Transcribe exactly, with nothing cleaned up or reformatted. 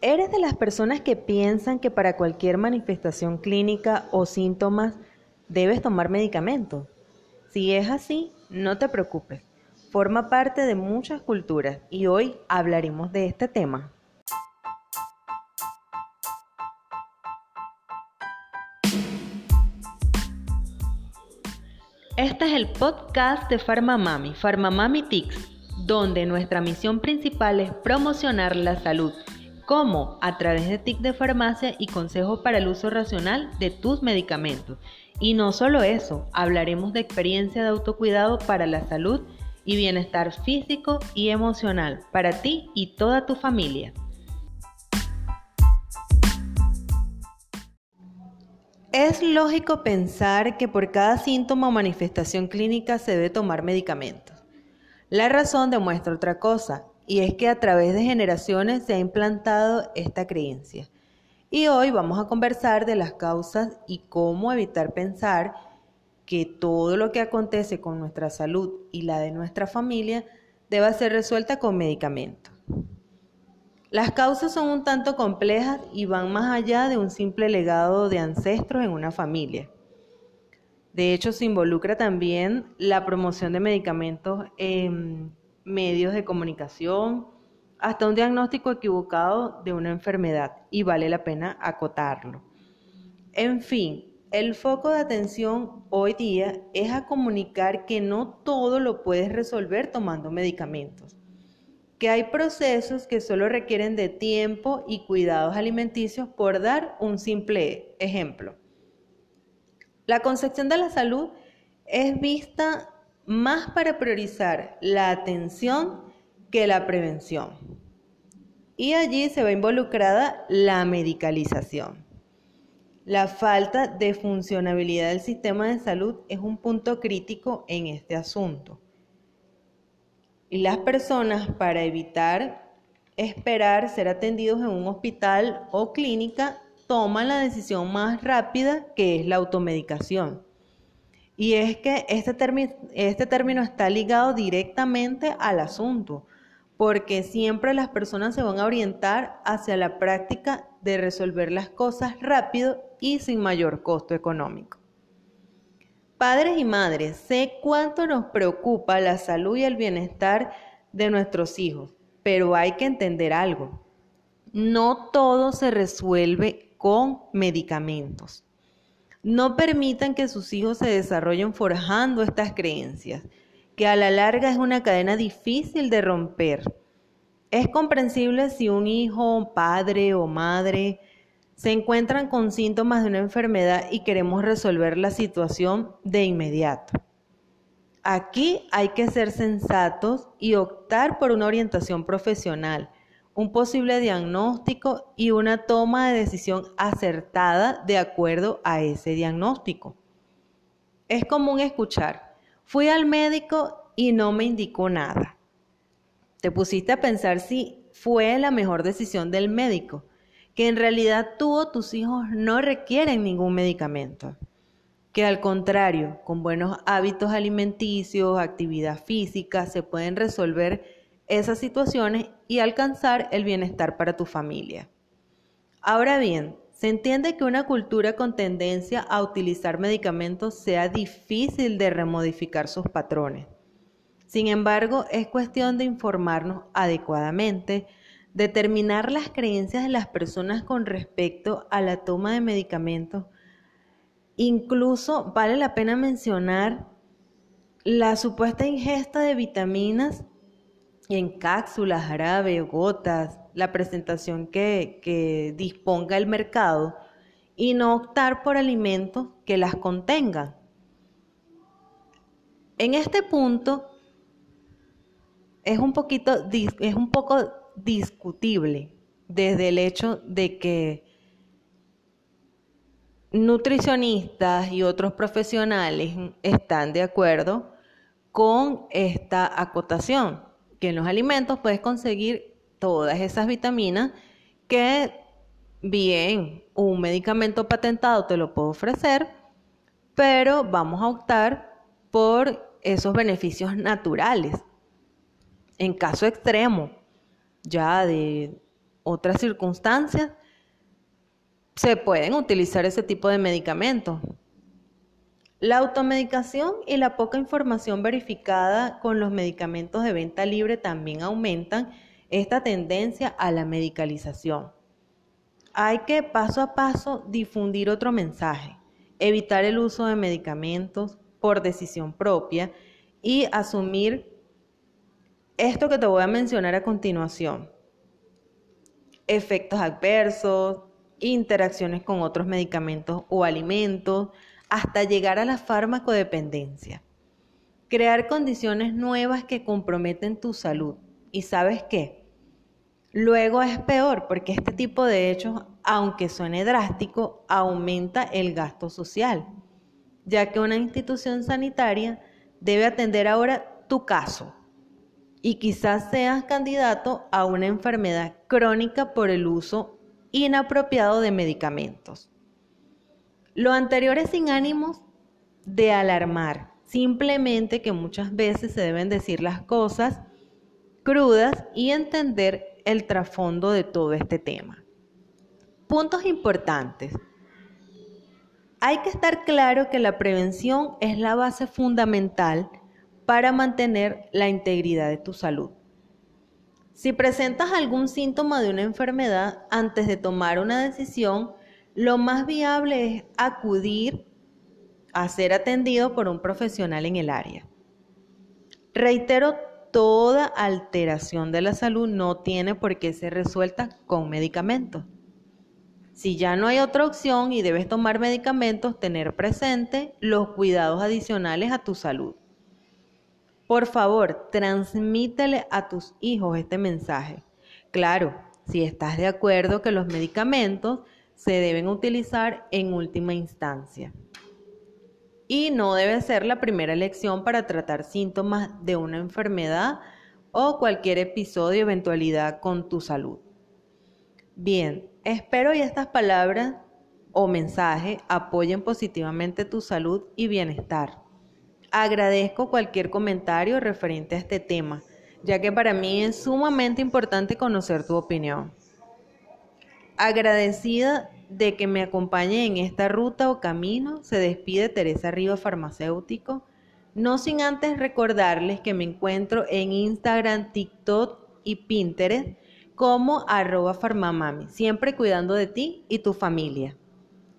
¿Eres de las personas que piensan que para cualquier manifestación clínica o síntomas debes tomar medicamentos? Si es así, no te preocupes. Forma parte de muchas culturas y hoy hablaremos de este tema. Este es el podcast de PharmaMami, PharmaMami Tics, donde nuestra misión principal es promocionar la salud. ¿Cómo? A través de tips de farmacia y consejos para el uso racional de tus medicamentos. Y no solo eso, hablaremos de experiencia de autocuidado para la salud y bienestar físico y emocional para ti y toda tu familia. Es lógico pensar que por cada síntoma o manifestación clínica se debe tomar medicamentos. La razón demuestra otra cosa, y es que a través de generaciones se ha implantado esta creencia. Y hoy vamos a conversar de las causas y cómo evitar pensar que todo lo que acontece con nuestra salud y la de nuestra familia deba ser resuelta con medicamentos. Las causas son un tanto complejas y van más allá de un simple legado de ancestros en una familia. De hecho, se involucra también la promoción de medicamentos en medios de comunicación, hasta un diagnóstico equivocado de una enfermedad, y vale la pena acotarlo. En fin, el foco de atención hoy día es a comunicar que no todo lo puedes resolver tomando medicamentos, que hay procesos que solo requieren de tiempo y cuidados alimenticios, por dar un simple ejemplo. La concepción de la salud es vista más para priorizar la atención que la prevención. Y allí se ve involucrada la medicalización. La falta de funcionabilidad del sistema de salud es un punto crítico en este asunto. Y las personas, para evitar esperar ser atendidos en un hospital o clínica, toman la decisión más rápida, que es la automedicación. Y es que este, termi- este término está ligado directamente al asunto, porque siempre las personas se van a orientar hacia la práctica de resolver las cosas rápido y sin mayor costo económico. Padres y madres, sé cuánto nos preocupa la salud y el bienestar de nuestros hijos, pero hay que entender algo. No todo se resuelve con medicamentos. No permitan que sus hijos se desarrollen forjando estas creencias, que a la larga es una cadena difícil de romper. Es comprensible si un hijo, padre o madre se encuentran con síntomas de una enfermedad y queremos resolver la situación de inmediato. Aquí hay que ser sensatos y optar por una orientación profesional, un posible diagnóstico y una toma de decisión acertada de acuerdo a ese diagnóstico. Es común escuchar, fui al médico y no me indicó nada. Te pusiste a pensar si fue la mejor decisión del médico, que en realidad tú o tus hijos no requieren ningún medicamento, que al contrario, con buenos hábitos alimenticios, actividad física, se pueden resolver esas situaciones y alcanzar el bienestar para tu familia. Ahora bien, se entiende que una cultura con tendencia a utilizar medicamentos sea difícil de remodificar sus patrones. Sin embargo, es cuestión de informarnos adecuadamente, determinar las creencias de las personas con respecto a la toma de medicamentos. Incluso vale la pena mencionar la supuesta ingesta de vitaminas en cápsulas, jarabe, gotas, la presentación que, que disponga el mercado, y no optar por alimentos que las contengan. En este punto es un poquito, es un poco discutible desde el hecho de que nutricionistas y otros profesionales están de acuerdo con esta acotación, que en los alimentos puedes conseguir todas esas vitaminas que bien un medicamento patentado te lo puede ofrecer, pero vamos a optar por esos beneficios naturales. En caso extremo, ya de otras circunstancias, se pueden utilizar ese tipo de medicamentos. La automedicación y la poca información verificada con los medicamentos de venta libre también aumentan esta tendencia a la medicalización. Hay que paso a paso difundir otro mensaje, evitar el uso de medicamentos por decisión propia y asumir esto que te voy a mencionar a continuación: efectos adversos, interacciones con otros medicamentos o alimentos, hasta llegar a la farmacodependencia. Crear condiciones nuevas que comprometen tu salud. ¿Y sabes qué? Luego es peor, porque este tipo de hechos, aunque suene drástico, aumenta el gasto social, ya que una institución sanitaria debe atender ahora tu caso y quizás seas candidato a una enfermedad crónica por el uso inapropiado de medicamentos. Lo anterior es sin ánimos de alarmar, simplemente que muchas veces se deben decir las cosas crudas y entender el trasfondo de todo este tema. Puntos importantes. Hay que estar claro que la prevención es la base fundamental para mantener la integridad de tu salud. Si presentas algún síntoma de una enfermedad, antes de tomar una decisión, lo más viable es acudir a ser atendido por un profesional en el área. Reitero, toda alteración de la salud no tiene por qué ser resuelta con medicamentos. Si ya no hay otra opción y debes tomar medicamentos, tener presente los cuidados adicionales a tu salud. Por favor, transmítele a tus hijos este mensaje. Claro, si estás de acuerdo que los medicamentos se deben utilizar en última instancia. Y no debe ser la primera elección para tratar síntomas de una enfermedad o cualquier episodio o eventualidad con tu salud. Bien, espero y estas palabras o mensajes apoyen positivamente tu salud y bienestar. Agradezco cualquier comentario referente a este tema, ya que para mí es sumamente importante conocer tu opinión. Agradecida de que me acompañe en esta ruta o camino, se despide Teresa Rivas Farmacéutico, no sin antes recordarles que me encuentro en Instagram, TikTok y Pinterest como arroba farmamami, siempre cuidando de ti y tu familia.